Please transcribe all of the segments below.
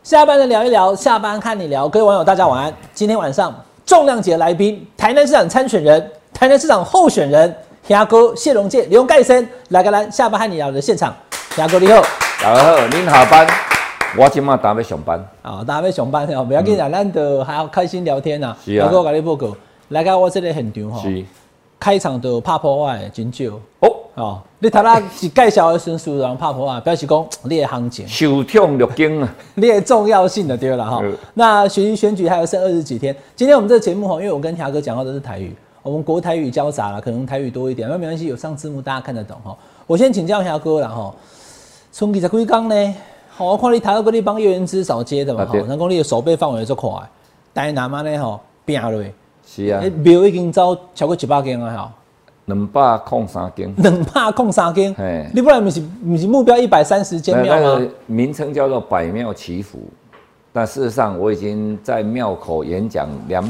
下班的聊一聊，下班和你聊。各位网友，大家晚安。今天晚上重量级的来宾，台南市长参选人、台南市长候选人兄哥谢龙介、刘盖森来个咱下班和你聊的现场。兄哥你好， 大家好，恁下班，我今晚打要上班。 啊，大家要上班哦，不要紧啦，咱就还要开心聊天呐。 是啊。 我跟你报告，来到我这个现场吼，开场就拍破坏真少。哦，你头仔是介绍的时阵，人拍破啊，表示讲你的行情受宠若惊啊， 你的重要性的对了哈。那选举还有剩20几天，今天我们这个节目哈，因为我跟霞哥讲到的是台语，我们国台语交杂了，可能台语多一点，那没关系，有上字幕大家看得懂哈。我先请教霞哥啦哈，从20几天呢，我看你台湾跟你帮叶元之扫街的嘛哈，能讲你的守备范围足快，台南嘛呢吼拼落， 是啊， 庙已经走超过100间啊哈。 203间 ，203间，你本来不是目标130间庙吗？ 名称叫做百庙祈福，但事实上我已经在庙口演讲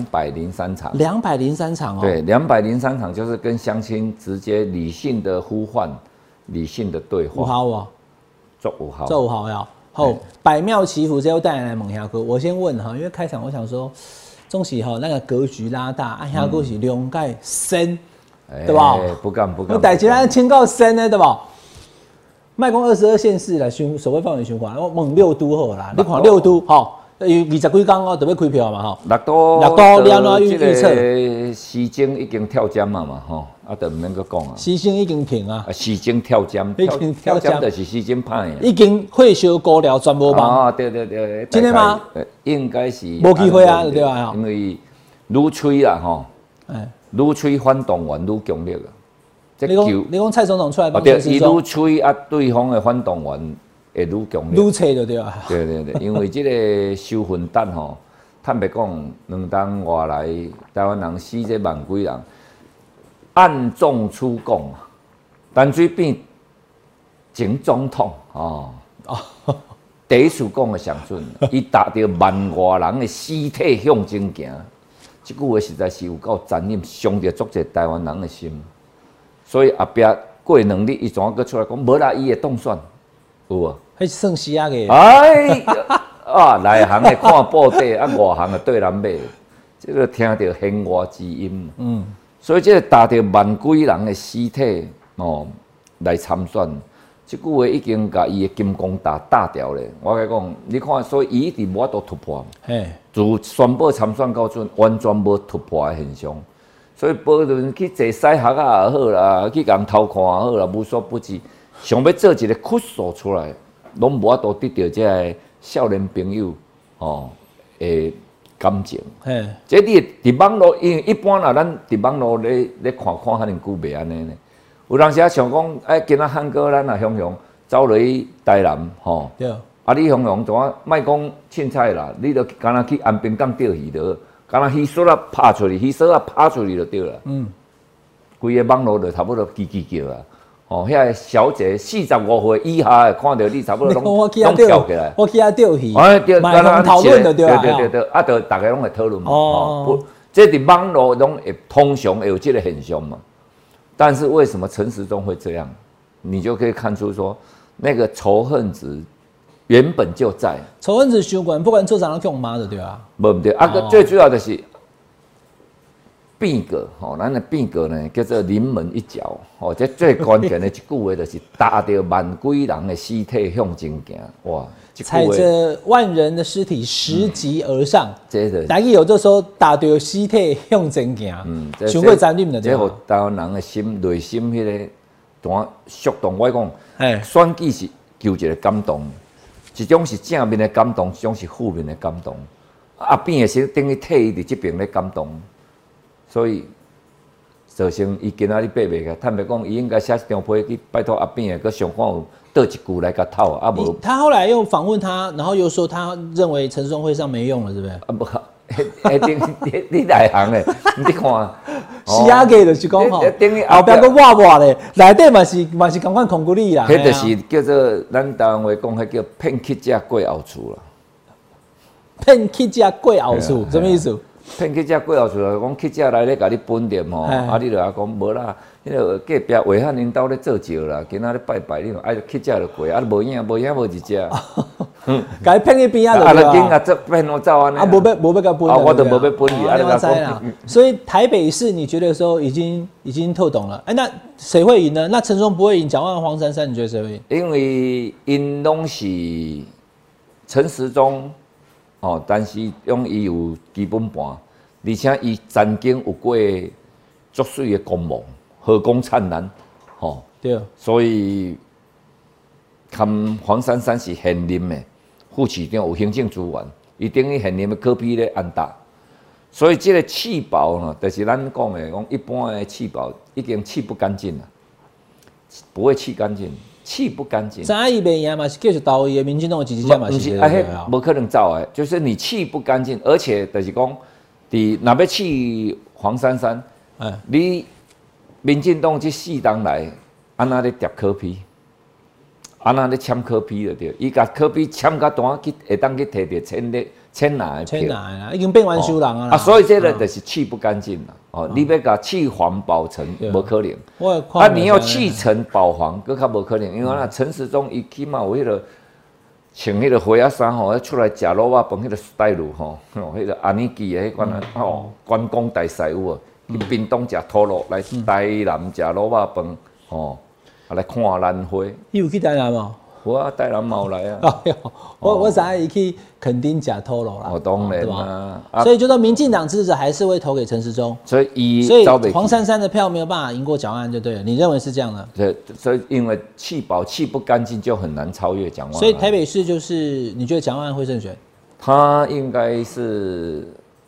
203场。203场哦。对，203场就是跟乡亲直接理性的呼唤、理性的对话。 5号啊， 做5号， 做5号呀。好，百庙祈福之后带来问下哥，我先问哈，因为开场我想说，总是哈那个格局拉大，按下哥是量介深。对吧？ 不敢。 我代志咱签到深的，对吧？卖讲22县市来守备范围循环，我问6都好啦。你看6都，吼，有20几天哦，就要开票嘛，吼。 6都你安怎预测？ 时钟已经跳针嘛，吼，啊，就唔免搁讲啊。 时钟已经停啊。 时钟跳针，跳针就是时钟歹啊。 已经火烧高粱全无帮。 啊，对。 真的吗？ 应该是。 无机会啊，对吧？ 因为愈吹啦，吼。愈吹反动员愈强烈啊！ 你讲蔡总统出来帮对，伊愈吹啊，对方的反动员会愈强烈。 愈吹就对啊。 对，因为这个收分单吼，坦白讲，2冬外来台湾人死这万几人，暗中出供啊，单水变前总统哦。第一次讲的上准，伊踏着万外人的尸体向前行。这句话实在是有够残忍，伤着足侪台湾人的心。所以后壁过2日，伊怎啊搁出来讲，无啦，伊会当选，有无？ 迄算死啊个！ 哎啊，内行的看布袋，啊外行的对人买，这个听到弦外之音。所以这个踏着万几人的尸体哦来参选，这句话已经甲伊的金光打掉咧。我甲你讲，你看，所以伊一直无法度突破。自宣布参选到阵，完全无突破的现象，所以无论去坐西学也好啦，去共偷看也好啦，无所不至，想要做一个酷数出来，拢无法度得到这个少年朋友的感情。这你伫网络，因为一般啦，咱伫网络咧看遐尼久袂安尼呢。有当时啊想讲，今仔汉哥咱也雄走落去台南对。啊！你雄怎啊？莫讲凊彩啦，你就干那去安平港钓鱼就，干那鱼竿啊拍出去，鱼竿啊拍出去就对了。规个网络就差不多叽叫啊！遐个小姐45岁以下看到你差不多拢跳起来。 我去遐钓鱼， 对， 干那讨论的对啊。 对，啊，就大家拢会讨论嘛。这伫网络拢会通常会有这个现象嘛。但是为什么陈时中会这样？你就可以看出说，那个仇恨值。原本就在仇恨值伤悬，不管做啥人去骂的对啊。 无对啊，最主要的是变革咱的变革呢叫做临门一脚这最关键的一句话就是踏着万几人的尸体向前行，哇！ 踩着万人的尸体拾级而上，台语有这时候踏着尸体向前行，伤过残忍的对啊。 这互台湾人的心内心迄个怎触动？我讲，选举是求一个感动。一种是正面的感动，一种是负面的感动。阿扁的时等于替伊伫这边咧感动，所以造成伊今仔日爬袂起。坦白讲，伊应该写一张批去拜托阿扁的，佮想看有倒一句来甲透啊无。 他后来又访问他，然后又说他认为陈时中会上没用了，是不是？ 啊不，你内行诶，你看。 是啊，个就是讲吼，后壁个挖挖咧，内底嘛是共款控股力啦。 迄就是叫做咱台湾话讲，迄叫骗乞者过后厝啦。 骗乞者过后厝，什么意思？ 骗乞者过后厝就是讲乞者来咧，甲你分店吼，你就讲无啦，迄个隔壁维汉领导咧做酒啦，今仔咧拜拜，你爱乞者就过，无影无一只。 该骗去边啊， 啊，就紧啊，这骗我走啊， 啊，无要甲分啊，我都无要分你，啊， 你讲，所以台北市你觉得说已经透懂了，哎，那谁会赢呢？那陈时中不会赢，蒋万安、黄珊珊，你觉得谁会赢？ 因为因拢是陈时中，哦，但是用伊有基本盘，而且伊曾经有过足水的公务，河工灿烂，吼， 对， 所以看黄珊珊是现任的副市长，有行政资源，伊等于现任的柯 P 咧安达，所以这个气保呢，就是咱讲的，讲一般的气保已经气不干净了，不会气干净。气不干净， 张阿姨袂赢嘛，是继续投伊的，民进党支持者嘛是。 无可能走的，就是你气不干净，而且就是讲，若要气黄珊珊，你民进党这4党来，安那咧叠柯 P， 安那咧签柯 P 就对，伊甲柯 P 签甲单去，会当去摕着千哪的票， 已经变完收人啊。 所以这个就是气不干净啦。哦，你要甲气黄保陈，无可能。你要气陈保黄，更较无可能，因为那陈时中伊起码有迄个穿迄个花啊衫吼，出来食卤肉饭迄个 style 吼，迄个安尼记的迄款啊，吼，关公大师有无？去屏东食土路，来台南食卤肉饭，吼，来看兰花。 伊有去台南吗？ 我台南冇来啊！ 我知伊去垦丁假透露啦。 当然啦。 所以就说民进党支持者还是会投给陈时中。所以黄珊珊的票没有办法赢过蒋万安就对了。你认为是这样的？ 对，所以因为气保气不干净，就很难超越蒋万安。 所以台北市就是你觉得蒋万安会胜选？ 他应该是。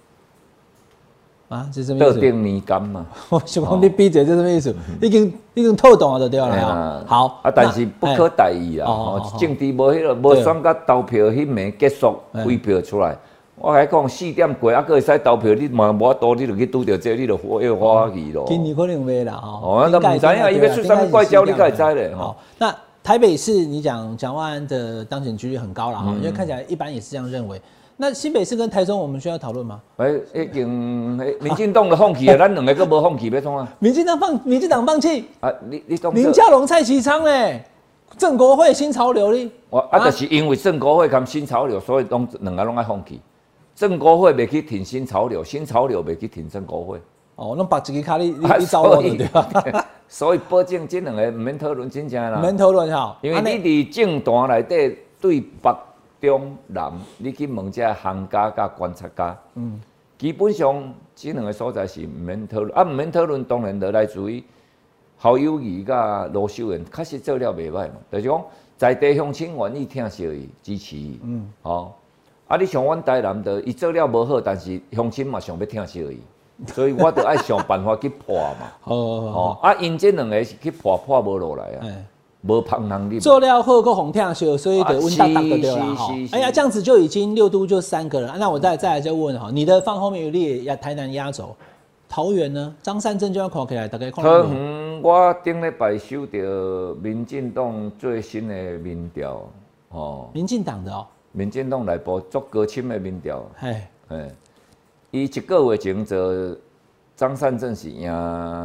啊，这什么意思？ 特定年干嘛？ 我想讲你闭嘴，这什么意思？已经透懂了就对了。好啊，但是不可大意啊！政治无迄个，无选到投票迄暝结束，开票出来。我还讲4点过，还佫会使投票，你嘛无法度，你就去拄着这，你就要花去咯。 今年可能袂啦吼。 哦，那唔知影，伊要出啥怪招，你才会知咧吼。 那台北市你讲蒋万安的当选几率很高了哈，因为看起来一般也是这样认为。那新北市跟台中，我们需要讨论吗？ 已经民进党就放弃了，咱两个都无放弃，要创啊？ 民进党放弃啊？你讲林佳龙、蔡其昌嘞，郑国会新潮流哩？ 就是因为郑国会跟新潮流，所以两个拢爱放弃。郑国会袂去挺新潮流，新潮流袂去挺郑国会。 哦，拢拔一个卡你走路对吧？ 所以保证这两个唔免讨论真正啦。 唔免讨论哈， 因为你伫政坛内底对北。中南，你去问这行家甲观察家，基本上这两个所在是唔免讨论，唔免讨论，当然就来自于侯友宜甲罗秀燕，确实做了袂歹嘛。就是讲在地乡亲愿意听惜伊，支持伊，你像阮台南的，伊做了无好，但是乡亲嘛想要听惜伊，所以我就爱想办法去破嘛。因这两个是去破无落来啊。无旁人力做料后够红跳秀，所以得温当当的对了哈。哎呀，这样子就已经6都就3个了。那我再来就问哈，你的放后面有列台南压轴，桃园呢？张善政就要看起来大概看。 桃园我顶礼拜收到民进党最新的民调哦。 民进党的哦。 民进党内部足高深的民调。 哎， 伊1个月前做张善政是赢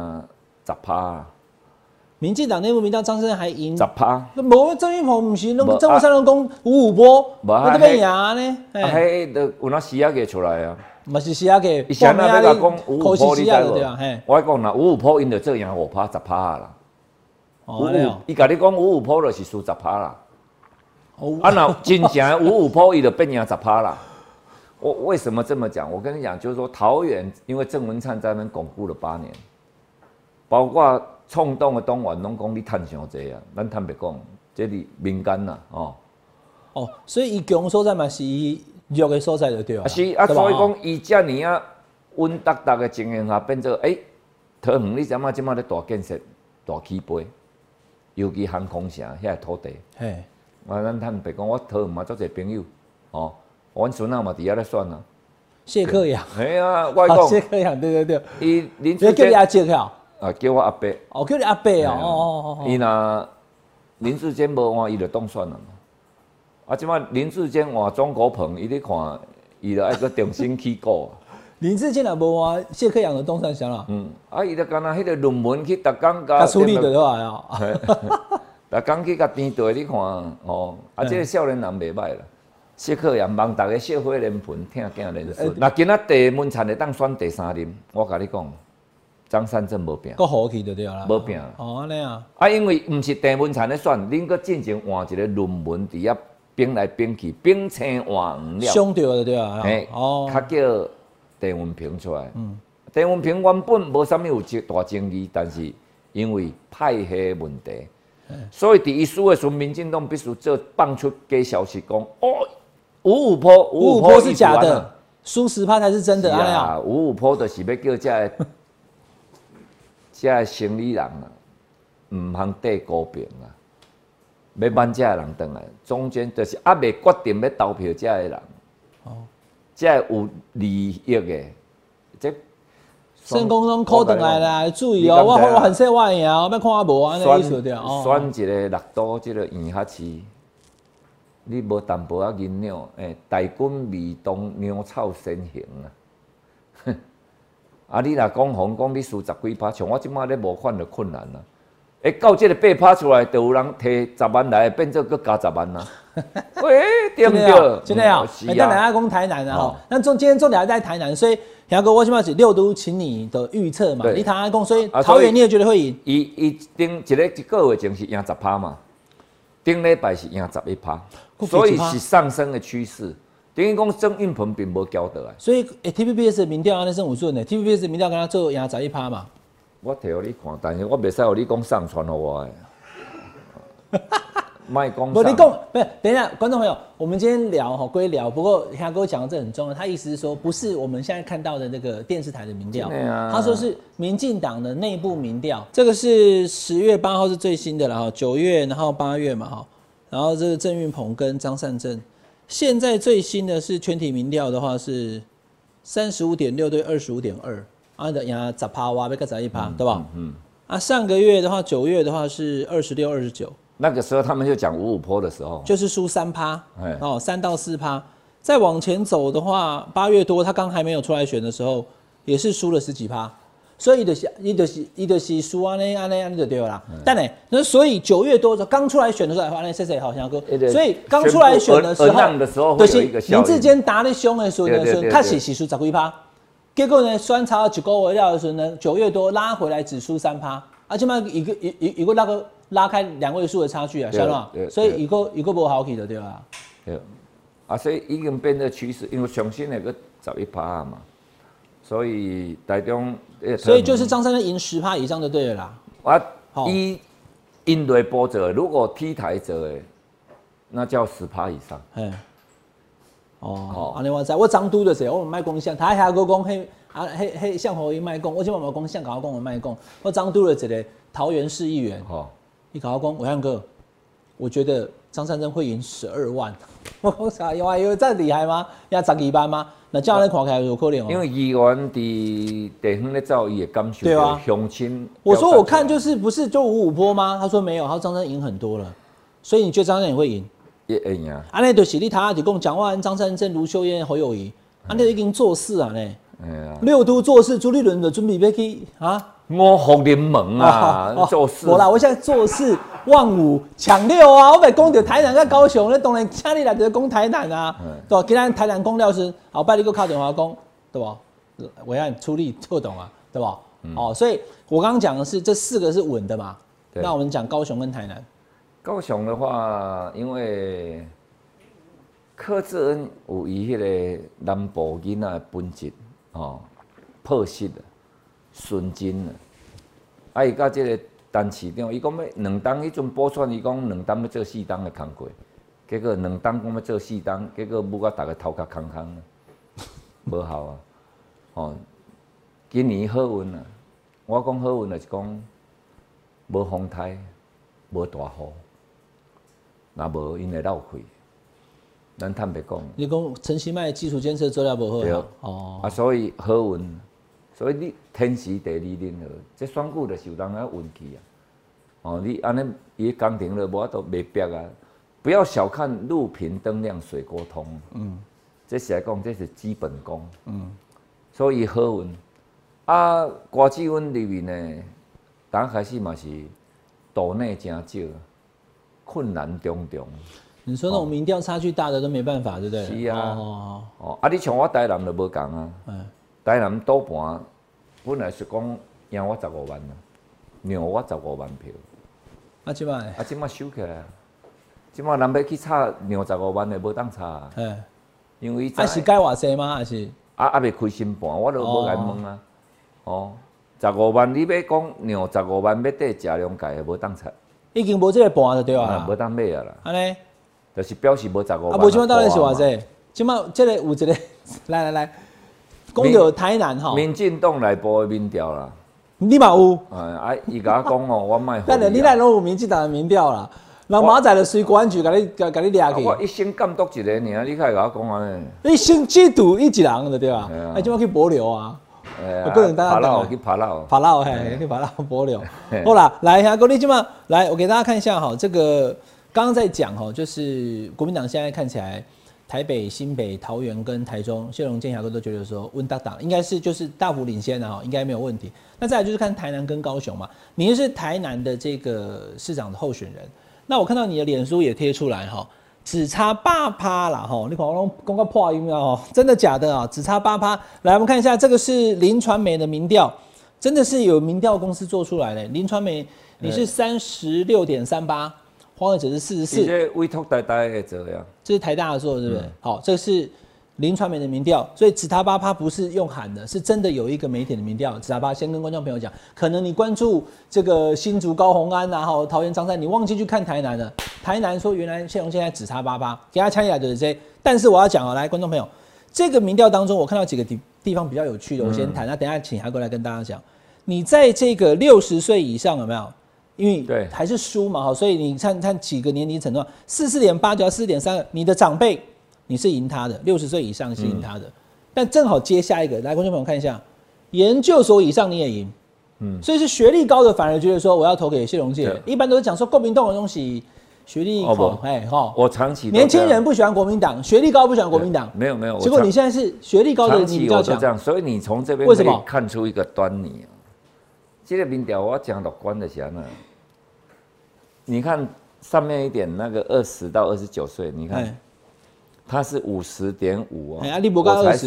10%。 民进党内部民调，张善政还赢 10%。 无郑运鹏不是，郑文灿拢讲5波，那这边赢呢？ 迄都有那时啊个出来啊。 嘛是时啊个。 伊现在要甲讲55%，你知无？我讲啦，55%因就做赢5%、10%啦。伊甲你讲55%就是输10%啦。那真正55%伊就变赢10%啦。我为什么这么讲？我跟你讲，就是说桃园因为郑文灿在那边巩固了8年，包括。创党的党员拢讲你趁伤济啊，咱坦白讲，这是民间呐， 所以伊强所在嘛是伊弱的所在就对了。 是啊，所以讲伊遮尔啊稳当当的情形下，变做桃园你知影即马咧大建设、大起飞，尤其航空城遐土地。咱坦白讲，我桃园嘛足侪朋友，阮孙仔嘛伫遐咧选啊。 谢克阳。 啊，我讲。 谢克阳，对。 伊林志坚。叫你阿杰克。 叫我阿伯。 叫你阿伯哦。 伊若林志坚无换，伊就当选了嘛。即摆林志坚换庄国鹏，伊咧看，伊就爱搁重新起股。 林志坚也无换，谢克阳就当选了。 伊就干那迄个论文去逐工甲处理就好啊。 逐工去甲填对，你看，即个少年人袂歹啦。 谢克阳望大家小火连盆，听囝连孙。那今仔地文灿会当选第3任，我甲你讲，张善政无拼， 够好去就对啦。 无拼。 哦，安尼啊。 啊，因为毋是地文灿咧选，恁搁进前换一个论文伫遐并来并去，并青换黄了。 凶掉了对啊。 嘿， 哦， 较叫陈文平出来。陈文平原本无啥物有大争议，但是因为派系问题，所以伫伊输的时候，民进党必须做放出假消息讲，哦，5% 是假的，输10%才是真的。 啊，5%就是要叫这生理人啊，唔通缀高平啊，要挽这人倒来，中间就是未决定要投票这人，这有利益的，这。 成功拢考倒来啦，注意哦！我很说我赢哦，要看我无安尼意思对哦。 选一个六都这个县辖市，你无淡薄仔银两，大滚味动鸟草先行啊！啊，你若讲你输10几%，像我即摆咧无款就困难啦。到这个8%出来，就有人摕10万来，变做搁加10万啦。喂，对不对？ 真的啊！但大家讲台南啊，那今天重点还在台南，所以。翔哥，我起码是6都，请你的预测嘛。你台南讲，所以桃园你也觉得会赢？ 伊顶一个月前是赢10%嘛，顶礼拜是赢11%，所以是上升的趋势。等于讲郑运鹏并无交得来。 所以TVBS 的民调安尼算有准的 ，TVBS 的民调跟他做赢11%嘛。 我摕互你看，但是我袂使互你讲上传互我的。卖公不，你讲不是？等一下，观众朋友，我们今天聊归聊，不过翔哥讲的这很重要。他意思是说，不是我们现在看到的那个电视台的民调，他说是民进党的内部民调。这个是10月8号是最新的了哈，9月然后8月嘛哈，然后这个郑运鹏跟张善政，现在最新的是全体民调的话是35.6对25.2，啊的赢10%哇，要个11%对吧？啊，上个月的话9月的话是26、29。 那个时候他们就讲5%的时候， 就是输3%，哦，3到4%。再往前走的话，8月多他刚还没有出来选的时候，也是输了10几%。所以伊就是输安尼就对了啦。但呢，那所以9月多的时候刚出来选的时候，安尼谢谢好翔哥。所以刚出来选的时候，就是林志坚打咧凶的时候呢，确实是输10几%。结果呢，酸潮1个月了的时候呢，9月多拉回来只输3%，而且嘛一个那个。拉开2位数的差距啊，晓得吗？所以一个不好去的对吧？ 对，啊，所以已经变成趋势，因为重新那个11%嘛，所以台中， 所以就是张善政赢10%以上就对了啦。 啊，以因对波折，如果 T 台者那叫10%以上。 哦，安尼我知，我张都的时候，我卖讲像，他下个讲嘿向侯一卖讲，我今晚冇讲向搞讲我卖讲，我张都的一个桃园市议员。你搞讲，伟汉哥，我觉得张善政会赢12万。我讲啥？有这厉害吗？赢12万吗？那这样来看起来有可能哦。 因为议员地方咧走，伊会感受到乡亲。 我说我看就是不是就5%吗？他说没有，他说张善政赢很多了，所以你觉得张善政也会赢？ 也会赢。 安尼就是你他就讲蒋万安、张善政、卢秀燕、侯友宜，安尼已经做事啊呢。6都做事，朱立伦就准备要去啊。 我福临门啊，做事。 我啦，我现在做事望5抢6啊！我被讲到台南跟高雄，那当然请你来就讲台南啊，对吧？既然台南讲了是，后摆你个敲电话讲，对吧？我要出力做懂啊，对吧？所以我刚刚讲的是这4个是稳的嘛。那我们讲高雄跟台南。 高雄的话，因为柯志恩有伊迄个南部囡仔的本质朴实的。纯真啊！啊，伊甲即个陈市长，伊讲要2党，迄阵补选，伊讲2党要做4党的工过，结果2党讲要做4党，结果母甲大家头壳空空，无效啊！今年好运啊！我讲好运就是讲无风台，无大雨，若无因会漏气，咱坦白讲。 你讲陈其迈基础建设做了无好？ 对啊，所以好运。所以你天时地利人和，这选举就是有人啊运气啊。你安尼伊工程了无法度袂逼啊。不要小看路平灯亮水沟通。这是来讲这是基本功。所以好运啊，歌子阮里面呢，刚开始嘛是岛内真少，困难重重。 你说那种民调差距大的都没办法，对不对？ 是啊，啊，你像我台南就无共啊，台南赌盘本来是讲赢我15万啊，让我15万票，即摆收起来啊，即摆人要去炒让15万的无当炒啊，因为是改偌济吗？还是未开新盘，我就无甲伊问啊，15万你要讲让15万要缀食两届无当炒， 已经无这个盘就对啊， 无当买啊啦， 安尼。 就是表示无15万。 无即摆到底是偌济？即摆这个有一个，来，讲到台南吼， 民进党内部的民调啦， 你嘛有？ 伊甲我讲我卖。 但是你来拢有民进党的民调啦，人马仔就随国安局甲你掠去。 我一生监督一个尔，你开甲我讲安尼。 你先制度一人对吧？即摆去保留啊。我个人爬老去爬老嘿，去爬老保留。好啦，来下哥，你即摆来，我给大家看一下哈，这个。刚刚在讲哈，就是国民党现在看起来，台北、新北、桃园跟台中，谢龙健侠哥都觉得说温大党应该是就是大幅领先的哈，应该没有问题。那再来就是看台南跟高雄嘛，你是台南的这个市长的候选人，那我看到你的脸书也贴出来哈，只差8%啦哈，你看我拢公告破音了哈，真的假的啊？只差8%。来，我们看一下，这个是林传媒的民调，真的是有民调公司做出来的。林传媒你是36.38%。黄伟哲是44， 这委托台大的做呀， 这是台大的做的，是不是？好，这个是林传媒的民调，所以只差8%不是用喊的，是真的有一个媒体的民调，只差8%。先跟观众朋友讲，可能你关注这个新竹高虹安啊，桃园张三，你忘记去看台南了。台南说原来谢龙现在只差8%，给他抢起来就是这。但是我要讲哦，来观众朋友，这个民调当中，我看到几个地方比较有趣的，我先谈。那等一下请海哥来跟大家讲，你在这个60岁以上有没有？因为还是输嘛，所以你看几个年龄层段，44.8加44.3，你的长辈你是赢他的，60岁以上是赢他的，但正好接下一个，来观众朋友看一下，研究所以上你也赢，所以是学历高的反而觉得说我要投给谢龙介，一般都是讲说国民党的东西学历高， 我长期年轻人不喜欢国民党，学历高不喜欢国民党， 没有， 结果你现在是学历高的你比较强， 这样，所以你从这边可以看出一个端倪啊。这个民调我讲乐观的是安怎？你看上面一点那个20到29岁，你看他是50.5哦，我才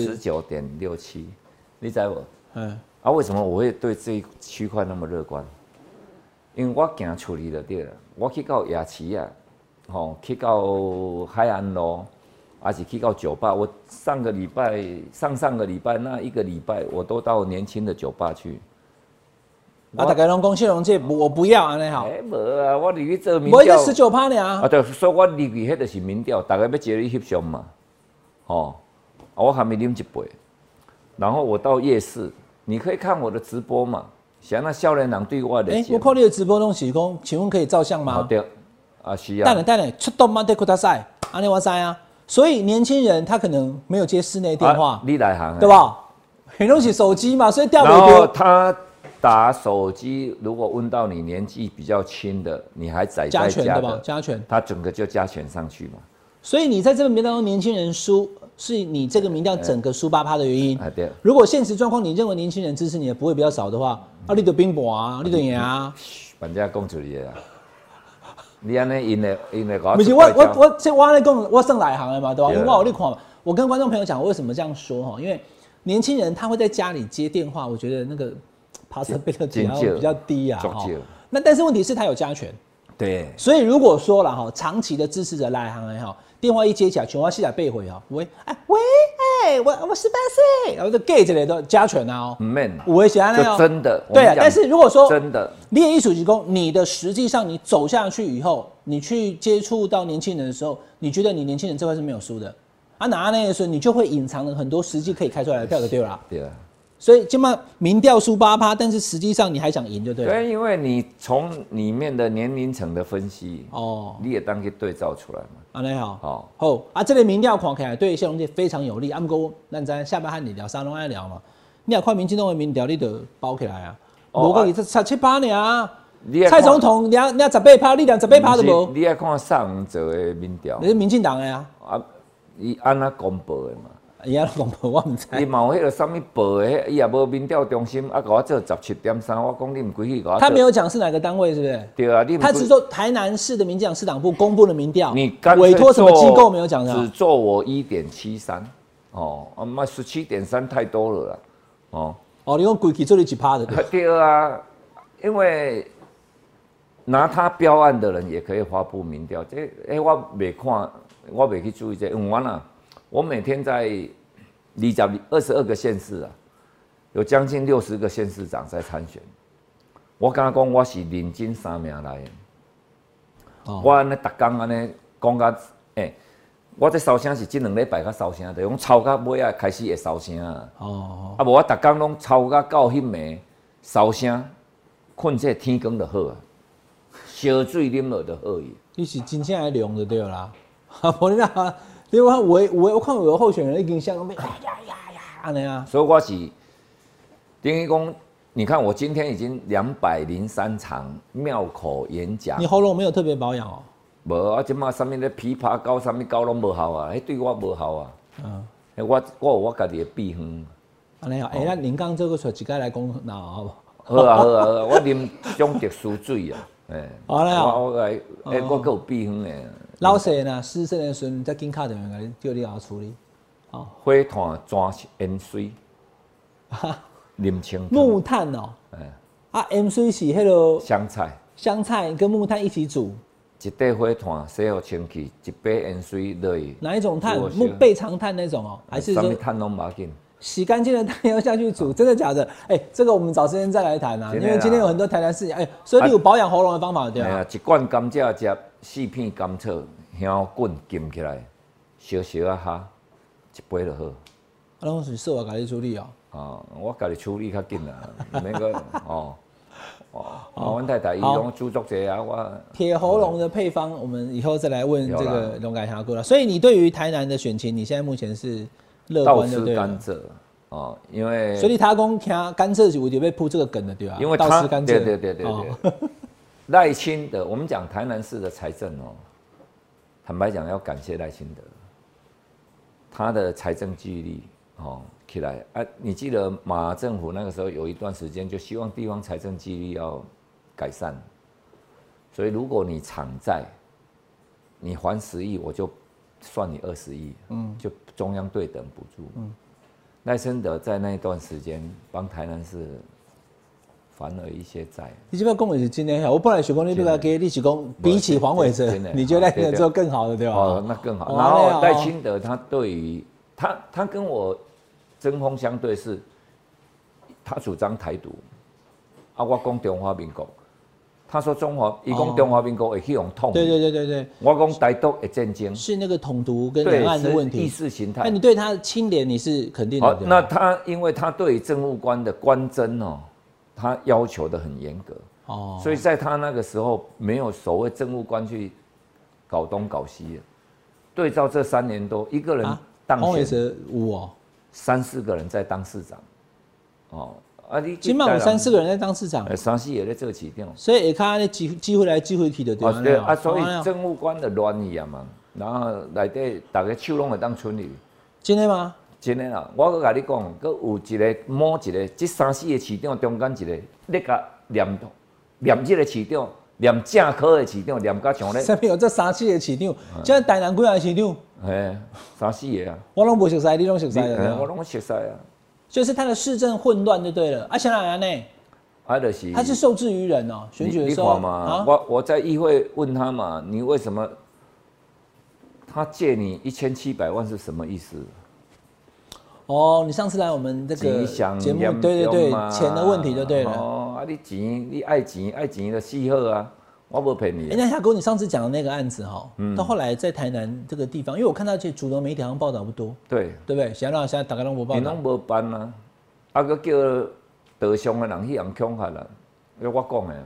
19.67，你知无？为什么我会对这一区块那么乐观？因为我行处理就对了，我去到夜市啊，去到海岸路，还是去到酒吧。我上个礼拜那一个礼拜，我都到年轻的酒吧去。 大家拢讲谢龙介，我不要安尼好。 无啊，我入去做民调。 无才19%尔。 对，所以我入去迄就是民调，大家要接你翕相嘛，我还没啉一杯。然后我到夜市，你可以看我的直播嘛。像那少年人对我的。 我看你的直播拢是讲，请问可以照相吗？ 对，是啊。 等下，出动吗？得库大赛，安尼我知啊。所以年轻人他可能没有接室内电话， 你来行， 对吧？很容易手机嘛，所以调不然后他打手机，如果问到你年纪比较轻的，你还在家的， 加权， 他整个就加权上去嘛。 所以你在这个民调当中，年轻人输，是你这个民调整个输8%的原因。 对。 如果现实状况你认为年轻人支持你的不会比较少的话，你就冰博啊，你就赢啊。 反正讲出去的啦。你安尼赢的搞。 不是我安尼讲，我算内行的嘛，对吧？因为我有你看嘛，我跟观众朋友讲，我为什么这样说哈？因为年轻人他会在家里接电话，我觉得那个。possibility 比较低啊，那但是问题是他有加权， 对， 所以如果说了哈，长期的支持者来行哈，电话一接起来，全话系来背回哈，喂，我18岁，然后就 gay 这类都加权啊， 唔免， 我会写那就真的， 对啊，但是如果说真的， 你也艺术提供你的实际上你走下去以后，你去接触到年轻人的时候，你觉得你年轻人这块是没有输的，拿那个时候你就会隐藏了很多实际可以开出来的票就对了， 对啊。 所以，起码民调输8%，但是实际上你还想赢，就对了。 对，因为你从里面的年龄层的分析，你也当去对照出来嘛。 那好，这类民调看起来对谢龙介非常有利。不过，咱在下班和你聊，沙龙爱聊嘛。你也看民进党的民调，你就包起来啊。我讲你才7%呢。蔡总统你18%，你18%都无。 你要看上做的民调。 你是民进党的呀。 伊按那公布的嘛。 伊阿讲无，我唔知。 伊嘛有迄个啥物报的，伊也无民调中心，啊，甲我做17.3，我讲你唔规矩甲我做。 他没有讲是哪个单位，是不是？ 对啊， 他只说台南市的民进党市党部公布的民调， 你委托什么机构没有讲的？ 只做我1.73，哦，啊妈17.3太多了啦，哦。 哦，你用规矩做你1%的。 对啊，因为拿他标案的人也可以发布民调，我没看，我没去注意这，因为我每天在22个县市啊，有将近60个县市长在参选，我敢讲我是认真3名来的，我安尼逐工安尼讲甲我这烧声是这2礼拜较烧声，就讲吵到尾啊开始会烧声啊。哦。啊无我逐工拢吵到迄暝烧声，困这天光就好啊，烧水啉落就好伊。 你是真正爱凉就对啦。啊，无你啦，你我看有候选人已经像那边呀安尼啊。 所以我是等于讲，你看我今天已经203场庙口演讲。 你喉咙没有特别保养哦？ 无啊，即马啥物咧枇杷膏、啥物膏拢无效啊，迄对我无效啊。嗯。我有我家己的秘方。 安尼哦，那您刚这个出一个来讲哪好不好？ 好啊，我啉种特殊水啊。 好嘞哦。 我还有秘方诶。 老细呢，失身的时阵，再紧卡电话叫你来处理。 哦。火炭抓盐水。啉清。 木炭哦。啊，盐水是迄个。 香菜。 香菜跟木炭一起煮。 一袋火炭洗好清气，一杯盐水落去。 哪一种炭？倍长炭那种哦，还是说？ 什么炭拢无要紧。 洗干净的炭要下去煮，真的假的？这个我们找时间再来谈啊，因为今天有很多台南事情。所以你有保养喉咙的方法对吧？ 一罐甘蔗汁，4片甘草，香滚浸起来，小小啊哈，一杯就好。 啊，拢是说我家己处理哦。 我家己处理较紧啦，免个哦。阮太太伊拢煮足济啊，我铁喉咙的配方，我们以后再来问这个龙改霞哥了。所以你对于台南的选情，你现在目前是乐观的，对吧？ 倒吃甘蔗哦，因为所以他讲听甘蔗是有点被铺这个梗的，对吧？ 因为倒吃甘蔗， 对。赖清德，我们讲台南市的财政哦，坦白讲要感谢赖清德，他的财政纪律哦。起来啊！你记得马政府那个时候有一段时间就希望地方财政纪律要改善，所以如果你偿债，你还10亿，我就算你20亿，就中央对等补助。赖清德在那一段时间帮台南市还了一些债。 你这边讲的是真的，我本来想讲你这个给你是讲比起黄伟哲，你觉得赖清德做更好的对吧？ 哦，那更好。然后赖清德他对于他跟我。针锋相对是，他主张台独，啊，我讲中华民国，他说伊讲中华民国会去用统， 对， 我讲台独会战争， 是那个统独跟两岸的问题， 意识形态。 那你对他清廉你是肯定的， 那他因为他对政务官的官箴哦，他要求的很严格，所以在他那个时候没有所谓政务官去搞东搞西的，对照这3年多，一个人当选3-4个人在当市长，你起码有3-4个人在当市长 ，3-4个在做市长， 所以下看机会来机会去的对对啊，所以政务官的乱意啊嘛，然后内底大家手拢会当存里， 真的吗？ 真的啦，我搁甲你讲，搁有一个某一个，这3-4个市长中间一个，你甲念这个市长，念正科的市长，念甲像咧。 上面有这3-4个市长，现在台南几个市长？ 3-4个啊。 我拢不熟悉，你拢熟悉的。 我拢熟悉啊。 就是他的市政混乱就对了。啊，想哪样呢？ 就是他是受制于人哦，选举的时候。 你看嘛，我在议会问他嘛，你为什么他借你1700万是什么意思？ 哦，你上次来我们这个节目，对，钱的问题就对了。 你钱，你爱钱的喜好啊。我不骗你。 那霞哥，你上次讲的那个案子哈，到后来在台南这个地方，因为我看到这主流媒体好像报道不多， 对不对？现在大家都无报道， 你拢无办啊，佮叫道上的人去人恐吓啦。我讲的，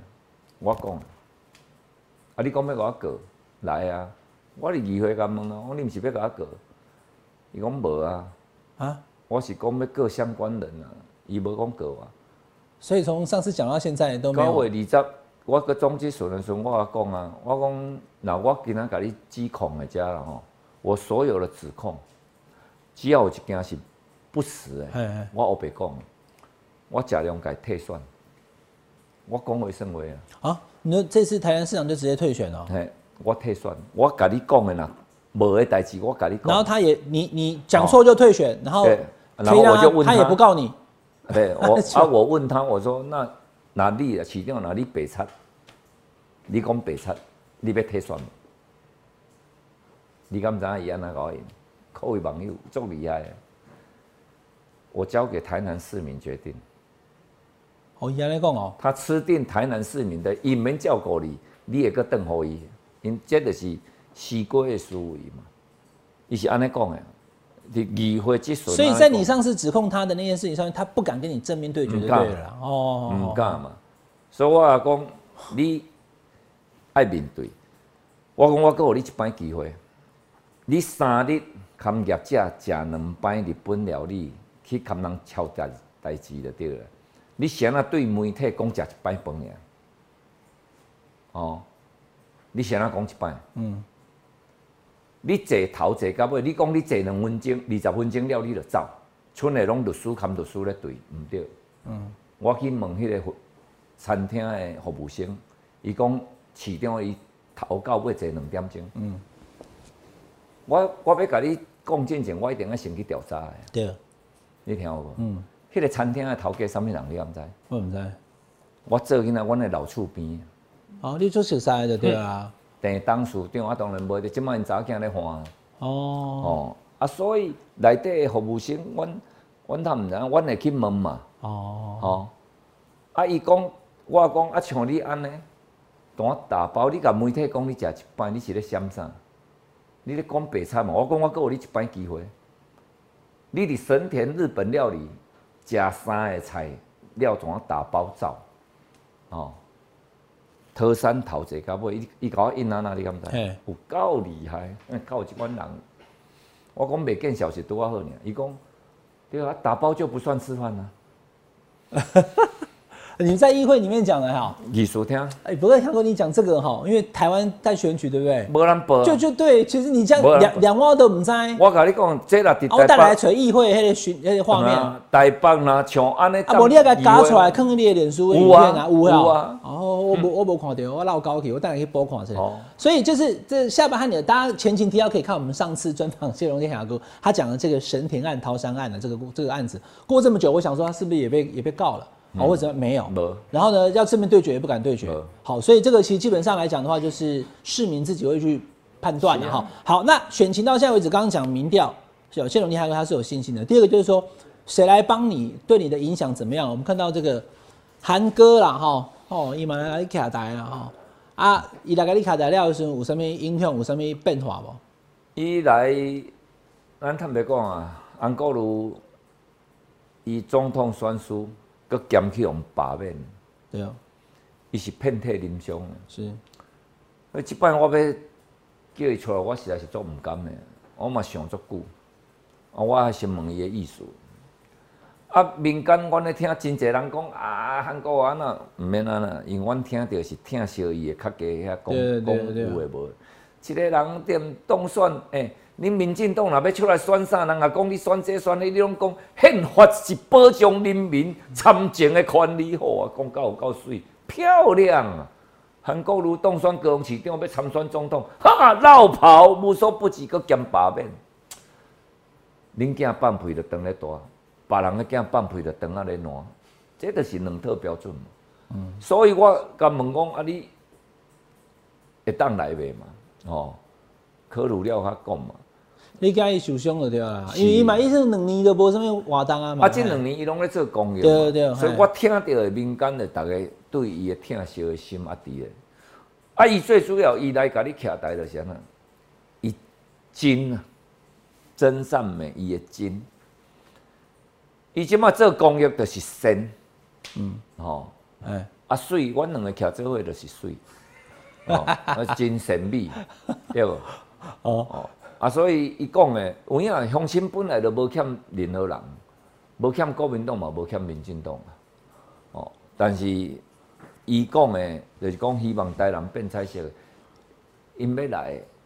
你讲要甲我告来啊？我伫议会甲问啊，我你毋是要甲我告？伊讲无啊，我是讲要告相关人啊，伊无讲告啊。 所以从上次讲到现在都没有。 9月20。我个总结顺的时候，我讲啊，我讲，那我今仔甲你指控的遮啦吼，我所有的指控只要有一件是不实的，我黑白讲，我尽量给退选。我讲话算话啊！ 啊，你说这次台南市长就直接退选了？ 嘿，我退选，我甲你讲的啦，无的代志我甲你讲。 然后他也你讲错就退选，然后我就问他也不告你。 对，我问他，我说那你啊，市长，那你白贼，你讲白贼，你要退选无？你敢知影伊安怎搞赢？各位网友足厉害的，我交给台南市民决定。 哦，伊安尼讲哦， 他吃定台南市民的隐门照顾你会搁顿互伊，因这就是西瓜的思维嘛。伊是安尼讲的，议会即阵。 所以在你上次指控他的那件事情上面，他不敢跟你正面对决，就对了啦。哦， 唔敢嘛。所以我也讲，你爱面对。我讲我搁有你一摆机会，你3日堪业者食2摆日本料理，去堪人敲代志就对了。你先啊对媒体讲食一摆饭尔，哦，你先啊讲一摆，你坐头坐到尾，你讲你坐2分钟、20分钟了，你就走，剩的拢律师兼律师咧对，唔对。我去问迄个餐厅的服务生，伊讲市长伊头到尾坐2点钟。我要甲你讲真正，我一定要先去调查的。 对， 你听有无？迄个餐厅的头家啥物人你敢知？ 我唔知。 我做囡仔，阮的老厝边。 哦，你做熟悉就对啊。 第当市长我当然无得，即摆因查囝咧换。 哦。 所以内底的服务生，阮他唔知，阮会去问嘛。 哦。 伊讲，我讲像你安尼，单打包，你甲媒体讲你食一摆，你是咧闪啥？你咧讲白菜嘛？我讲我搁有你一摆机会。你伫神田日本料理食3个菜了，怎打包走？桃山头一到尾，伊甲我印哪你敢知？有够厉害，够一款人。我讲袂见消息拄啊好尔，伊讲对啊，打包就不算吃饭啊。 你在议会里面讲的哈， 艺术厅。 不过香港你讲这个哈，因为台湾在选举，对不对？ 无人报。 就对，其实你这样两我都唔知。 我甲你讲，这啦伫台北。 我带来找议会那个画面。 台北啦，像安尼。 无你要甲加出来，放你的脸书影片啊， 有啊。 哦，我无看到，我绕高去，我当然去播看这。所以就是这下半年，大家前情提要可以看我们上次专访谢龙介霞哥，他讲的这个神田案、桃山案的这个案子，过这么久，我想说他是不是也被告了？或者没有，然后呢，要正面对决也不敢对决。好，所以这个其实基本上来讲的话，就是市民自己会去判断的哈。好，那选情到现在为止，刚刚讲民调，谢龙介霞哥他是有信心的。第二个就是说，谁来帮你，对你的影响怎么样？我们看到这个韩哥啦，哈，伊嘛来卡台啦，哈，伊来给你卡台了的时候，有什么影响？有什么变化无？ 伊来，咱坦白讲啊，韩国瑜伊总统选输。佮减去用罢免， 对啊， 伊是遍体鳞伤的。 是， 所以即摆我要叫伊出来，我实在是做唔甘的。我嘛想足久，我还先问伊的意思。民间阮咧听真侪人讲韩国安那唔免安那，因为阮听到是听小伊的较加遐讲有诶无。一个人踮当选，恁民进党若要出来选啥，人也讲你选这选那，你拢讲宪法是保障人民参政的权利，好啊，讲到有够水，漂亮啊！韩国瑜当选高雄市长要参选总统，哈，绕跑无所不至，搁兼罢免。恁囝放屁就当咧大，别人的囝放屁就当啊咧烂，这就是两套标准嘛。所以我甲问讲，你会当来袂嘛？考虑了较讲嘛。 你惊伊受伤就对啦，因为伊嘛，伊这2年都无什么活动啊嘛。 这2年伊拢咧做公益嘛， 对， 所以我听到的民间的大家对伊的疼惜的心啊伫咧。伊最主要伊来甲你徛台就是安那，伊真啊，真善美，伊的真。伊即马做公益就是善，水，阮2个徛做伙就是水，真善美，对无？所以伊讲的，有影乡亲本来就无欠任何人，无欠国民党嘛，无欠民进党但是伊讲的，就是讲希望台南变彩色，因要来，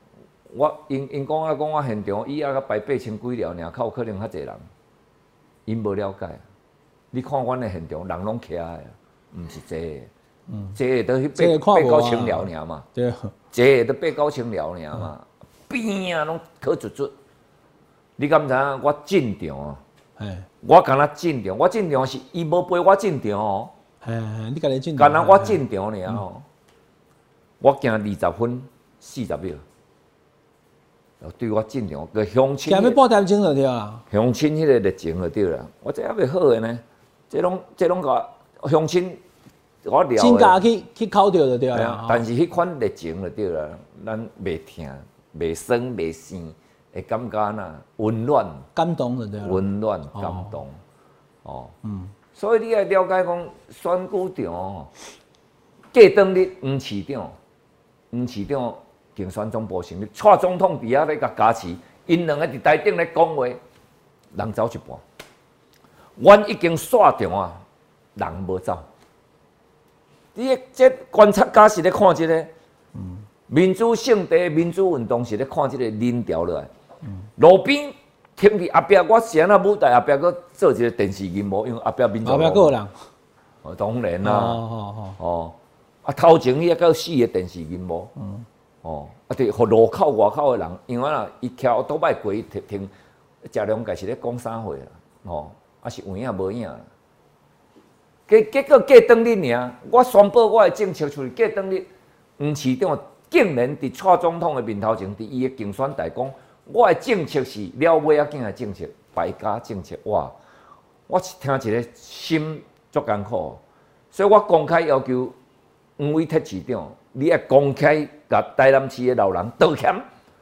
因讲啊，讲我现场以啊，排8000几了，尔，较有可能较侪人，因无了解。你看阮的现场，人拢徛啊，毋是坐的，坐的都去8、9千了尔嘛， 对， 坐的都8、9千了尔嘛，边啊拢可出出。你敢知影？我进场啊，我敢若进场，我进场是伊无陪我进场哦， 你家己进场， 敢若我进场尔哦，我行20分40秒。对我进场，个乡亲， 行要半点钟就对啦。 乡亲迄个热情就对啦。我这还袂好诶呢，这拢甲乡亲我聊。真假去考着就对啦。 但是迄款热情就对啦，咱袂听、袂酸、袂生，会感觉呐温暖。 感动就对啦。 温暖感动，哦，所以你要了解讲选举场哦，过当日黄市长。竞选总部成立，蔡总统伫遐咧甲加持，因两个伫台顶咧讲话，人走一半。阮已经刷场啊，人无走。你这观察家是咧看这个，民主圣地、民主运动是咧看这个链条落来。路边停伫后壁，我是安那舞台后壁佫做一个电视节目，因为后壁民主。 后壁佫有人。 当然啦。啊，头前迄个4个电视节目。对，互路口外口的人，因为伊徛倒摆过停，食两界是咧讲啥货啦？是有影无影啦？结果过当日尔，我宣布我的政策出去，过当日黄市长竟然伫蔡总统的面头前，伫伊的竞选台讲，我的政策是了尾仔囝的政策，败家政策。哇！我听一个心足艰苦，所以我公开要求黄伟哲市长。你要公开甲台南市的老人道歉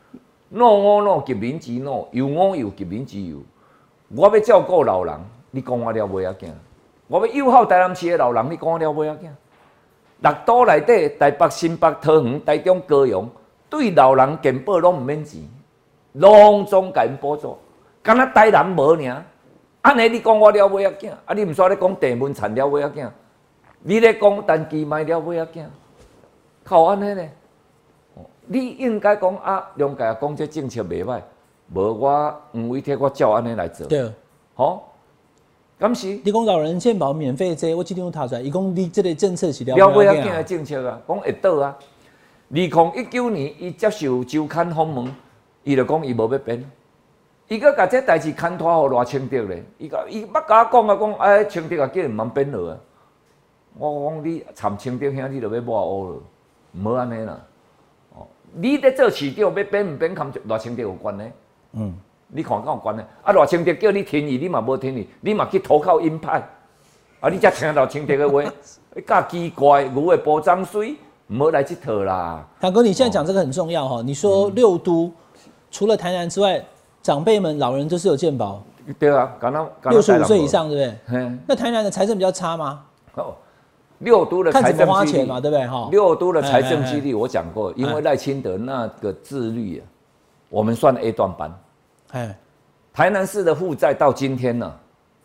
，no 急民之 no， 有急民之有。我要照顾老人，你讲我了尾仔囝；我要友好台南市的老人，你讲我了尾仔囝。六都内底，台北、新北、桃园、台中、高雄，对老人健保拢毋免钱，拢总甲因补助，敢若台南无尔。安尼你讲我了尾仔囝，你毋煞咧讲地门产了尾仔囝，你咧讲单机卖了尾仔囝。靠安尼呢？你应该讲啊，梁家讲这政策袂歹，无我黄伟哲我照安尼来做。 对， 敢是？ 你讲老人健保免费这，我今天有查出来，伊讲你这个政策是了尾仔囝的政策啊，讲会倒啊。2019年伊接受周刊访问，伊就讲伊无要变，伊搁甲这代志牵拖互赖清德咧。伊捌甲我讲哎，清德啊叫伊毋通变落啊。我讲你参清德兄，你就要抹黑了。无安尼啦，你咧做市长要变毋变，跟赖清德有关呢？你看敢有关呢？啊，赖清德叫你听伊，你嘛无听伊，你嘛去投靠鹰派，啊，你才听赖清德的话，假奇怪，牛的保障税，唔好来这套啦。 堂哥，你现在讲这个很重要哈，你说六都除了台南之外，长辈们、老人都是有健保。 对啊 ，65岁以上，对不对？那台南的财政比较差吗？ 六都的财政激励嘛，对不对？ 六都的财政激励我讲过，因为赖清德那个自律啊，我们算 A 段班。台南市的负债到今天呢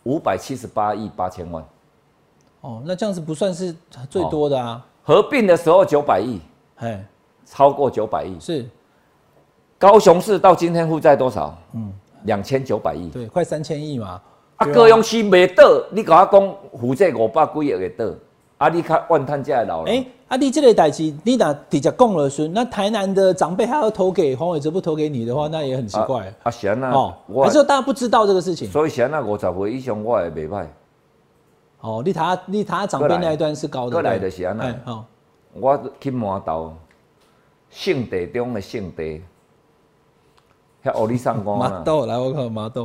，578亿8千万。 那这样子不算是最多的啊。 合并的时候900亿，超过900亿。 是。 高雄市到今天负债多少？2900亿。 对，快3000亿嘛。 高雄市未倒，你甲我讲负债500几亿会倒？你较怨叹这老人。 你这个代志，你若直接讲了顺，那台南的长辈还要投给黄伟哲，不投给你的话，那也很奇怪。 是安那， 还是大家不知道这个事情。 所以是安那50岁以上我也袂歹。 你他长辈那一段是高的。 过来就是安那。我去麻豆，圣地中的圣地，遐乌里上讲麻豆来，我看麻豆，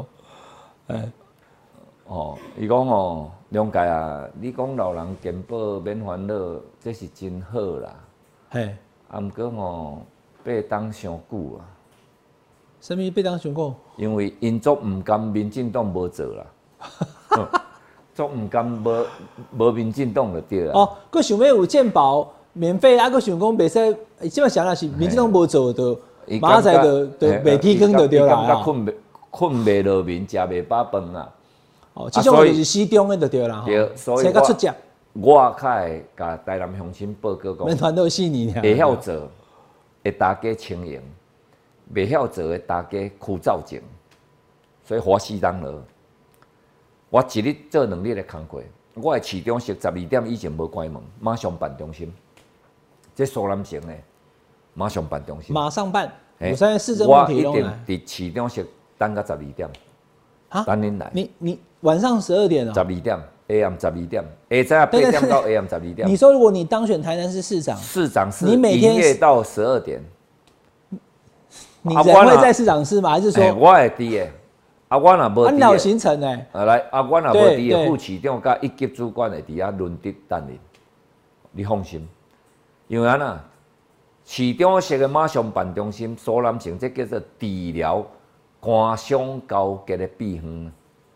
伊讲梁家啊，你讲老人健保免烦恼，这是真好啦。毋过八当伤久啊。 什么八当伤久？ 因为因足毋甘民进党无做啦，足毋甘无民进党就对啦。 佮想要有健保免费，佮想讲袂使，即摆想啦是民进党无做就，马仔就袂提供就对啦。 感觉困袂落眠，食袂饱饭啊。 这种就是死忠的就对啦。 对，所以我较会甲台南乡亲报告讲， 免烦恼死你。 会晓做，会大家经营， 袂晓做的大家枯燥症，所以花4档了。我一日做2日的工课，我的市长室12点以前无关门，马上办中心。这苏南城的马上办中心， 马上办。我现在市政府提供来。 我一定伫市长室等到12点。 啊？ 等恁来。 你晚上12点哦。 12点 ，AM 12点，下午8点到 AM 12点。 你说如果你当选台南市市长， 市长室你每天营业到12点。 你人会在市长室吗？还是说？ 我会伫的。我若无按照行程呢？ 来，我若无伫的，副市长甲一级主管会伫遐轮值等你。你放心，因为安那。市长室的马上办中心，苏南城这叫做治疗官商交结的秘方。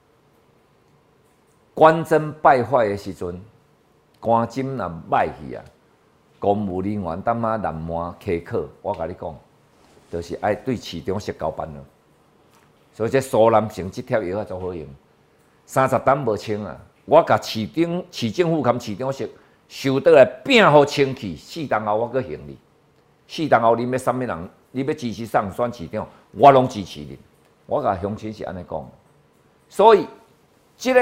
官箴败坏的时阵，官箴若歹去啊，公务人员当马南满苛刻，我甲你讲，就是爱对市长室交办了。所以这苏南城这条药啊，足好用，30担无清啊，我甲市政府含市长室收倒来拼好清气，4档后我搁行你。4档后，你要啥物人？你要支持上选市长，我拢支持你。我甲乡亲是安尼讲，所以即个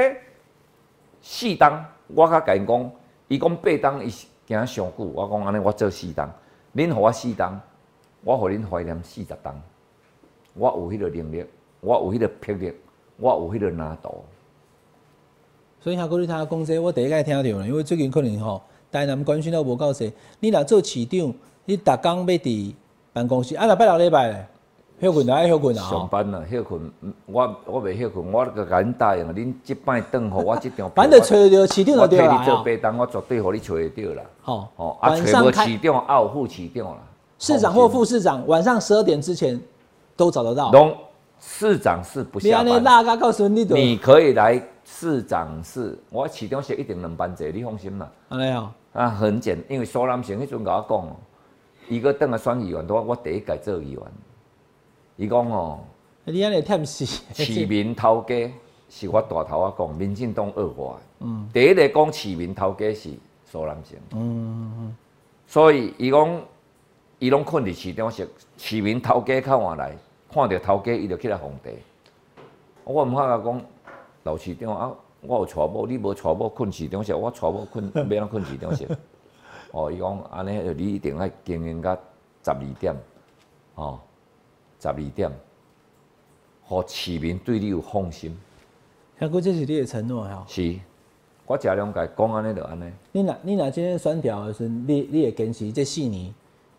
4档，我甲因讲，伊讲8档伊行上久，我讲安尼，我做4档，恁互我4档，我互恁怀念40档。我有迄个能力，我有迄个魄力，我有迄个难度。 所以下个你听讲这，我第一个听到了，因为最近可能吼，台南关心到无够势，你若做市长。你逐工要伫办公室，若拜6礼拜咧，休困就爱休困啊。 上班啦，休困，我袂休困，我甲恁答应，恁即摆转互我即张。 反正找着市长就对啦。 我替你做8档，我绝对互你找得到啦。 好， 晚上找无市长，还有副市长啦。 市长或副市长，晚上12点之前都找得到。 拢市长室不下班。 你安尼拉个告诉你， 你可以来市长室，我市长室一定2班坐，你放心啦。 安尼哦。 啊，很简，因为苏南城迄阵甲我讲哦。伊个等下选议员，我第一届做议员。伊讲哦， 你安尼忝死。 市民头家是我大头仔讲，民进党恶化。第一个讲市民头家是苏南城。所以伊讲，伊拢困伫市长室，市民头家靠换来，看到头家伊就起来皇帝。我毋好甲讲，老市长啊，我有娶某，你无娶某困市长室，我娶某困要怎困市长室？哦，伊讲安尼，你一定要经营到12点，12点，互市民对你有放心。 遐个这是你的承诺吼。 是，我食两届讲安尼就安尼。 你若今天选调的时，你会坚持这4年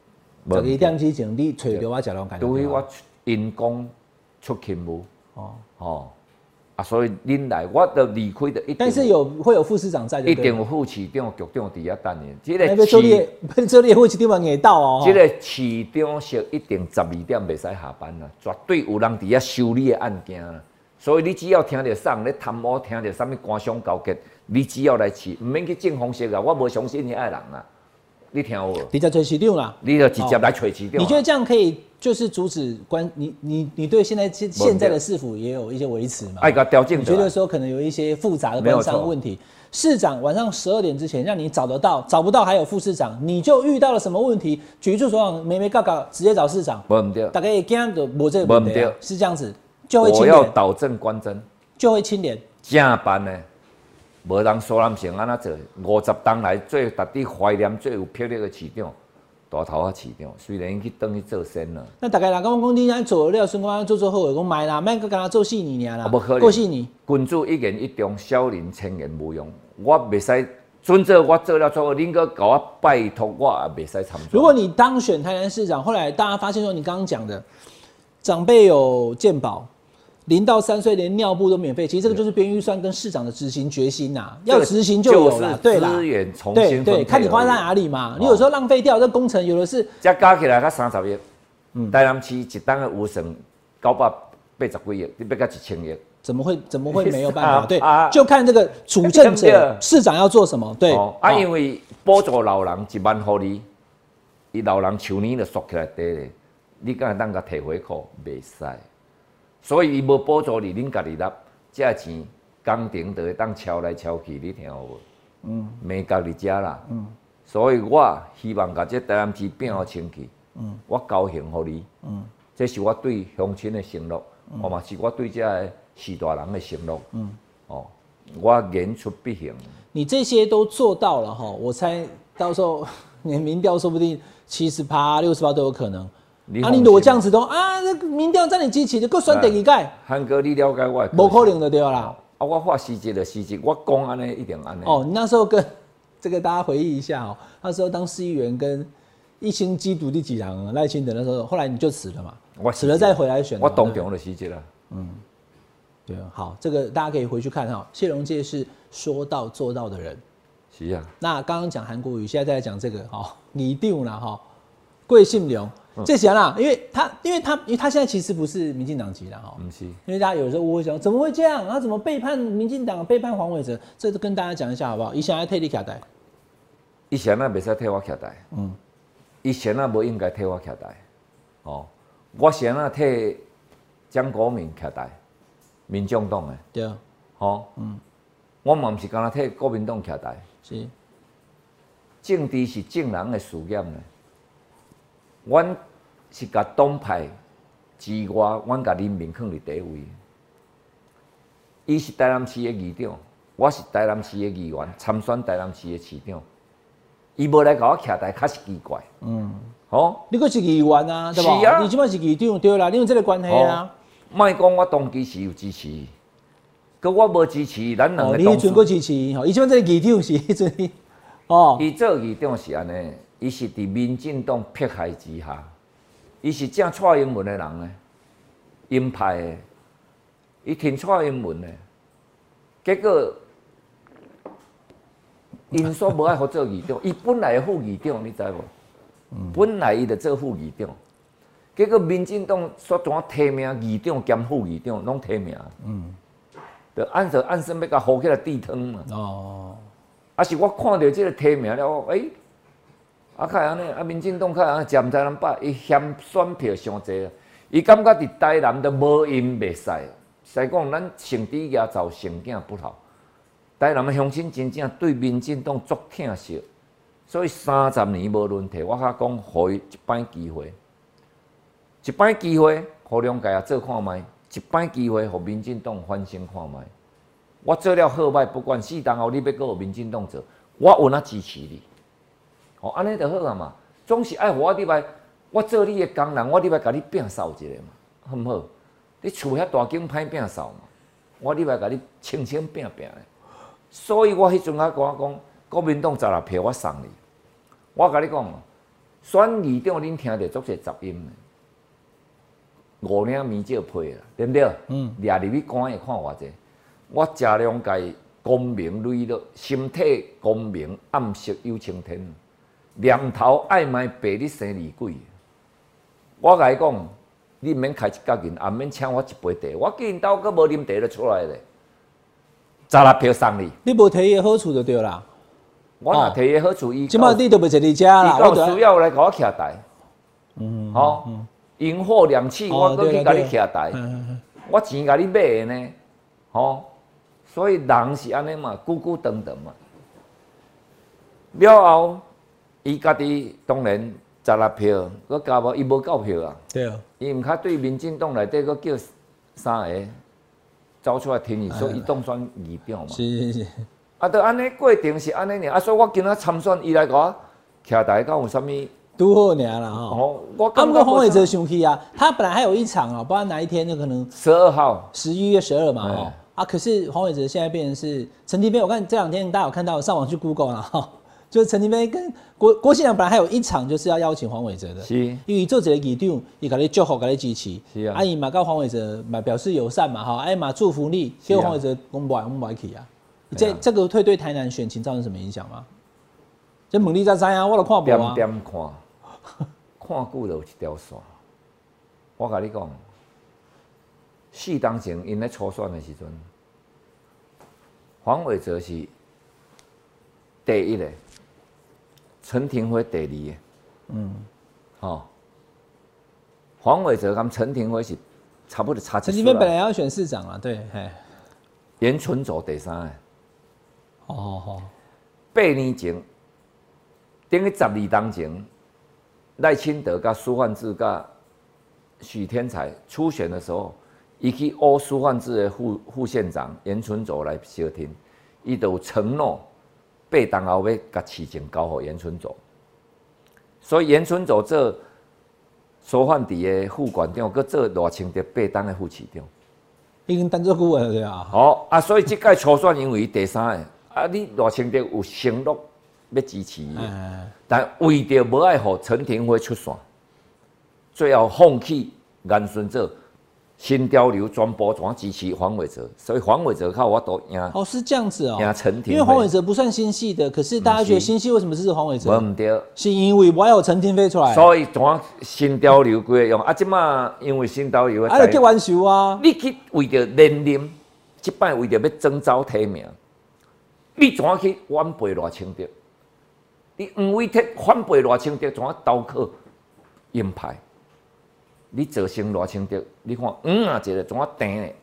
，12点之前你找着我食两届。 除非我因公出勤务。所以恁来，我就离开的一定。 但是会有副市长在， 一定有副市长、局长伫遐等的。 这个做你副市长嘛硬到哦。 这个市长室一定12点袂使下班啦，绝对有人伫遐修理的案件啦。所以你只要听到送咧贪污，听到啥物官商交结，你只要来市，唔免去正方式啊！我无相信你爱人啊，你听有无？ 直接找市长啦， 你就直接来找市长。 你觉得这样可以？就是阻止你对现在的市府也有一些维持嘛？ 爱个调整。 你觉得说可能有一些复杂的官商问题？市长晚上12点之前让你找得到，找不到还有副市长，你就遇到了什么问题？局处所长没嘎嘎直接找市长， 无唔对， 大概也惊就无这个问题，是这样子，就会清廉。我要导正官箴， 就会清廉。 正办呢，无人苏南城安那做，50档来最值得怀念、最有魄力的市长。大头啊，市长，虽然伊去等去做先啦。 那大概人讲你安做了，孙光做好，讲卖啦，卖个跟他做4年啦， 无可能。 过4年。 君子一言一忠，小人千言无用。我袂使准做我做了错误，恁个甲我拜托，我也袂使参。 如果你当选台南市长，后来大家发现说你刚刚讲的，长辈有健保，0到3岁连尿布都免费，其实这个就是编预算跟市长的执行决心呐，要执行就有了，对啦， 资源重新分配， 对，看你花在哪里嘛。你有时候浪费掉，这工程有的是， 加加起来才30亿，台南市一档的有剩980几亿，你要加1000亿， 怎么会没有办法？对，就看这个主政者市长要做什么，对。 因为补助老人1万互你，伊老人去年就缩起来低咧，你敢会当甲摕回扣？袂使。所以伊无补助你，恁家己拿，这钱工程就会当敲来敲去，你听有无？没家己食啦。所以我希望把这台南市变好清气。我高兴互你。 这是我对乡亲的承诺，嘛是我对这4大人的承诺。我言出必行。 你这些都做到了哈，我猜到时候你民调说不定70%、60%都有可能。你如果这样子都那民调在你支持，就够选第二届。 汉哥，你了解我？ 无可能就对啦。 我话细节的细节，我讲安尼一定安尼。 你那时候跟这个大家回忆一下哦，那时候当市议员跟一心基督第几人赖清德那时候，后来你就辞了嘛，辞了再回来选。 我当中的细节啦。 对啊，好，这个大家可以回去看哈。谢龙介是说到做到的人。 是啊。 那刚刚讲韩国瑜，现在再来讲这个李定啦哈，桂信良。这些啦，因为他现在其实不是民进党籍的哈， 不是， 因为大家有时候会想，怎么会这样？他怎么背叛民进党，背叛黄伟哲？这都跟大家讲一下好不好？以前还替你徛台， 以前袂使替我徛台，以前无应该替我徛台，我先替蒋国民徛台，民众党的， 对， 我嘛唔是干那替国民党徛台， 是， 政治是政人的事业呢。阮是甲党派之外，阮甲人民放伫第一位。伊是台南市的议长，我是台南市的议员，参选台南市的市长。伊无来甲我徛台，较是奇怪。 你佫是议员啊，对吧？是啊，你即摆是议长对啦，你有这个关系啊。 莫讲我当其时有支持，可我无支持，咱两个你迄阵佫支持，伊即摆这个议长是迄阵， 伊做议长是安尼。伊是伫民进党迫害之下，伊是正蔡英文的人呢，鹰派的，伊挺蔡英文的，结果因所无爱互做议长，伊本来的副议长你知无？本来伊就做副议长，结果民进党所怎提名议长兼副议长拢提名，就按算要甲好起来地汤嘛。啊是我看到这个提名了，较安尼，民进党较安尼，占台南北，伊嫌选票伤济啊。伊感觉伫台南都无因袂使，使讲咱成子牙走，成囝不好。台南的乡亲真正对民进党足疼惜，所以30年无轮替，我较讲，互伊一摆机会，一摆机会，互两界也做看卖，一摆机会，互民进党翻身看卖。我做了好歹，不管4年后你要搁有民进党做，我有哪支持你。安尼就好啊嘛，总是爱我入来，我做你的工人，我入来甲你摒扫一下嘛，好唔好？你厝遐大间歹摒扫嘛，我入来甲你清清摒摒的。所以我迄阵我讲，国民党16票我送你，我甲你讲，选议长恁听着足侪杂音的，5领面照配啦，对不对？掠入去关会看偌济，我食两届功名累落，身体功名暗色有青天。念头爱卖白你生二鬼，我甲伊讲，你毋免开一角银，也毋免请我一杯茶，我见因兜阁无啉茶就出来咧，16票送你。 你无摕伊的好处就对啦。 我若摕伊的好处，伊即摆你都袂坐你家啦， 我需要来甲我徛台。萤火亮起，我阁去甲你徛台，我钱甲你买的呢，所以人是安尼嘛，久久长长嘛。了后。伊家己当然16票，佮加无伊无够票啊。 对啊。 伊毋较对民进党内底佮叫3个走出来挺伊，所以伊当选议长嘛。 是。 就安尼过程是安尼尔，所以我今仔参选，伊来甲我徛台，敢有啥物？ 拄好尔啦吼。我感觉黄伟哲生气啊，他本来还有一场不知道哪一天就可能 12号 ，11月12嘛可是黄伟哲现在变成是陈廷飞，我看这2天大家有看到，上网去 Google 了就是陈廷飞跟郭信良本来还有一场就是要邀请黄伟哲的， 是， 因为做一个议长，伊甲你祝福，甲你支持， 是啊， 伊嘛跟黄伟哲嘛表示友善嘛，嘛祝福你，结果黄伟哲讲不爱去啊，这个会对台南选情造成什么影响吗？这问你才知啊，我都看无啊。 点点看，看久就有一条线。我甲你讲，4当前因咧初选的时阵，黄伟哲是第一个。陈廷辉第2个，黄伟哲跟陈廷辉是差不多差1。 陈廷辉本来要选市长啊，对， 严春走第3个。8年前，等于12当前，赖清德甲苏焕智甲许天才初选的时候，伊去欧苏焕智的副县长严春走来相听，伊就有承诺8党后要甲市政交给严春走，所以严春走这苏焕智的副馆长，佮做赖清德8党的副市长， 已经等做久了对啊。 哦啊，所以这届初选因为第3个，啊，你赖清德有承诺要支持伊，但为着无爱让陈廷辉出线，最后放弃颜顺做新潮流全部全支持黄伟哲，所以黄伟哲靠我都赢。 哦，是这样子哦。 赢陈廷辉， 因为黄伟哲不算新系的，可是大家觉得新系为什么支持黄伟哲？ 唔对， 是因为我有陈廷飞出来， 所以全新潮流规用啊，即马因为新潮流啊，就叫完球啊。 你去为着连任，即摆为着要征召提名，你怎去反背赖清德？你黄伟哲反背赖清德，怎刀刻鹰派？你做成赖清德，你看一个怎定呢？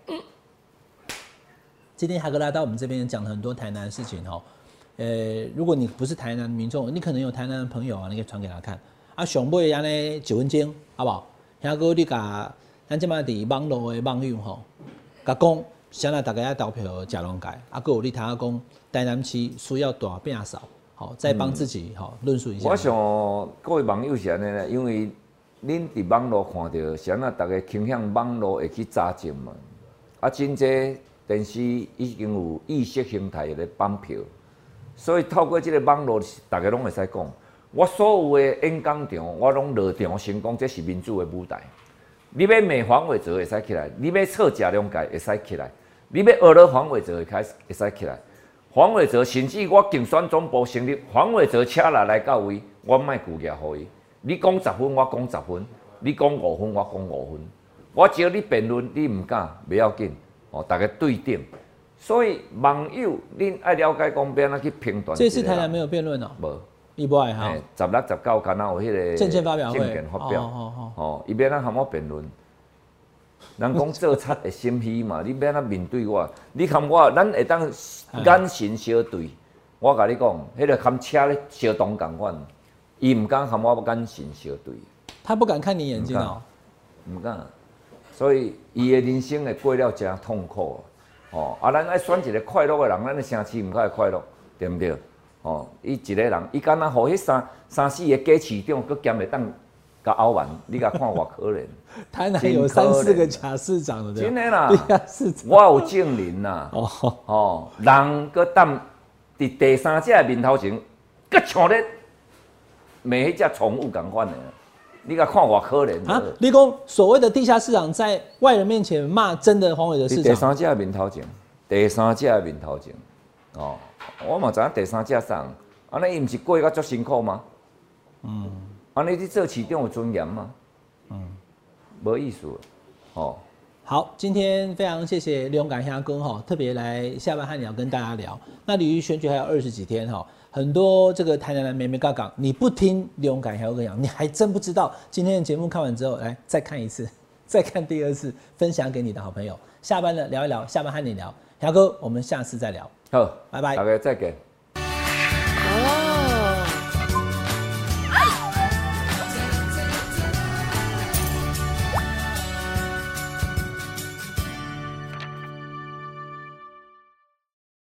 今天还哥来到我们这边讲了很多台南的事情哈。如果你不是台南的民众，你可能有台南的朋友啊，你可以传给他看。啊，上尾安尼9分钟，好不好？还哥你甲咱即摆伫网络的网友吼，甲讲，现在大家要投票食拢改，啊，还有你听下讲，台南市需要大变少，好，再帮自己好论述一下。 我想各位网友是安尼咧，因为恁伫网络看到，现在大家倾向网络会去查证嘛，啊，真济电视已经有意识形态咧绑票，所以透过这个网络，大家拢会使讲。我所有的演讲场，我拢落场成功，这是民主的舞台。你要骂黄伟哲会使起来，你要测假两届会使起来，你要学了黄伟哲会使起来。黄伟哲甚至我竞选总部成立，黄伟哲车来到位，我卖拒绝予伊。你讲10分，我讲10分；你讲5分，我讲5分。我只要你辩论，你唔敢，不要紧，哦，大家对顶。所以网友，恁爱了解讲要安怎去评断。 这次台南没有辩论哦。 无。 伊不爱哈。 16、19敢若有迄个政见发表会。 政见发表。哦，伊要咱和我辩论。人讲做贼会心虚嘛，你要安怎面对我？你看我，咱会当眼神相对。我甲你讲，迄个含车咧相同共款。伊唔敢和我眼神相对。 他不敢看你眼睛哦。 唔敢。所以伊的人生会过了真痛苦。哦，啊，咱爱选一个快乐的人，咱的城市唔较会快乐，对不对？哦，伊一个人，伊敢若互迄三四个假市长，佮兼会当甲拗完，你甲看偌可怜。 台南有3、4个假市长的， 真的啦。我有证人啦。哦，人佮当伫第三者面头前，佮像咧骂迄只宠物共款的，你甲看偌可怜啊！ 你讲所谓的地下市长在外人面前骂真的黄伟哲市长， 第三者面头前，第三者面头前，哦。我嘛知影第三者送，安尼伊毋是过甲足辛苦吗？安尼你做市长有尊严吗？无意思，哦。 好，今天非常谢谢李永感兄公哈，特别来下班和聊跟大家聊。那离选举还有20几天哈，很多这个台南的妹妹嘎嘎，你不听李永感兄公讲，你还真不知道。今天的节目看完之后，来再看一次，再看第2次，分享给你的好朋友。下班了聊一聊，下班和你聊，兄哥，我们下次再聊。 好， 拜拜， 大家再见。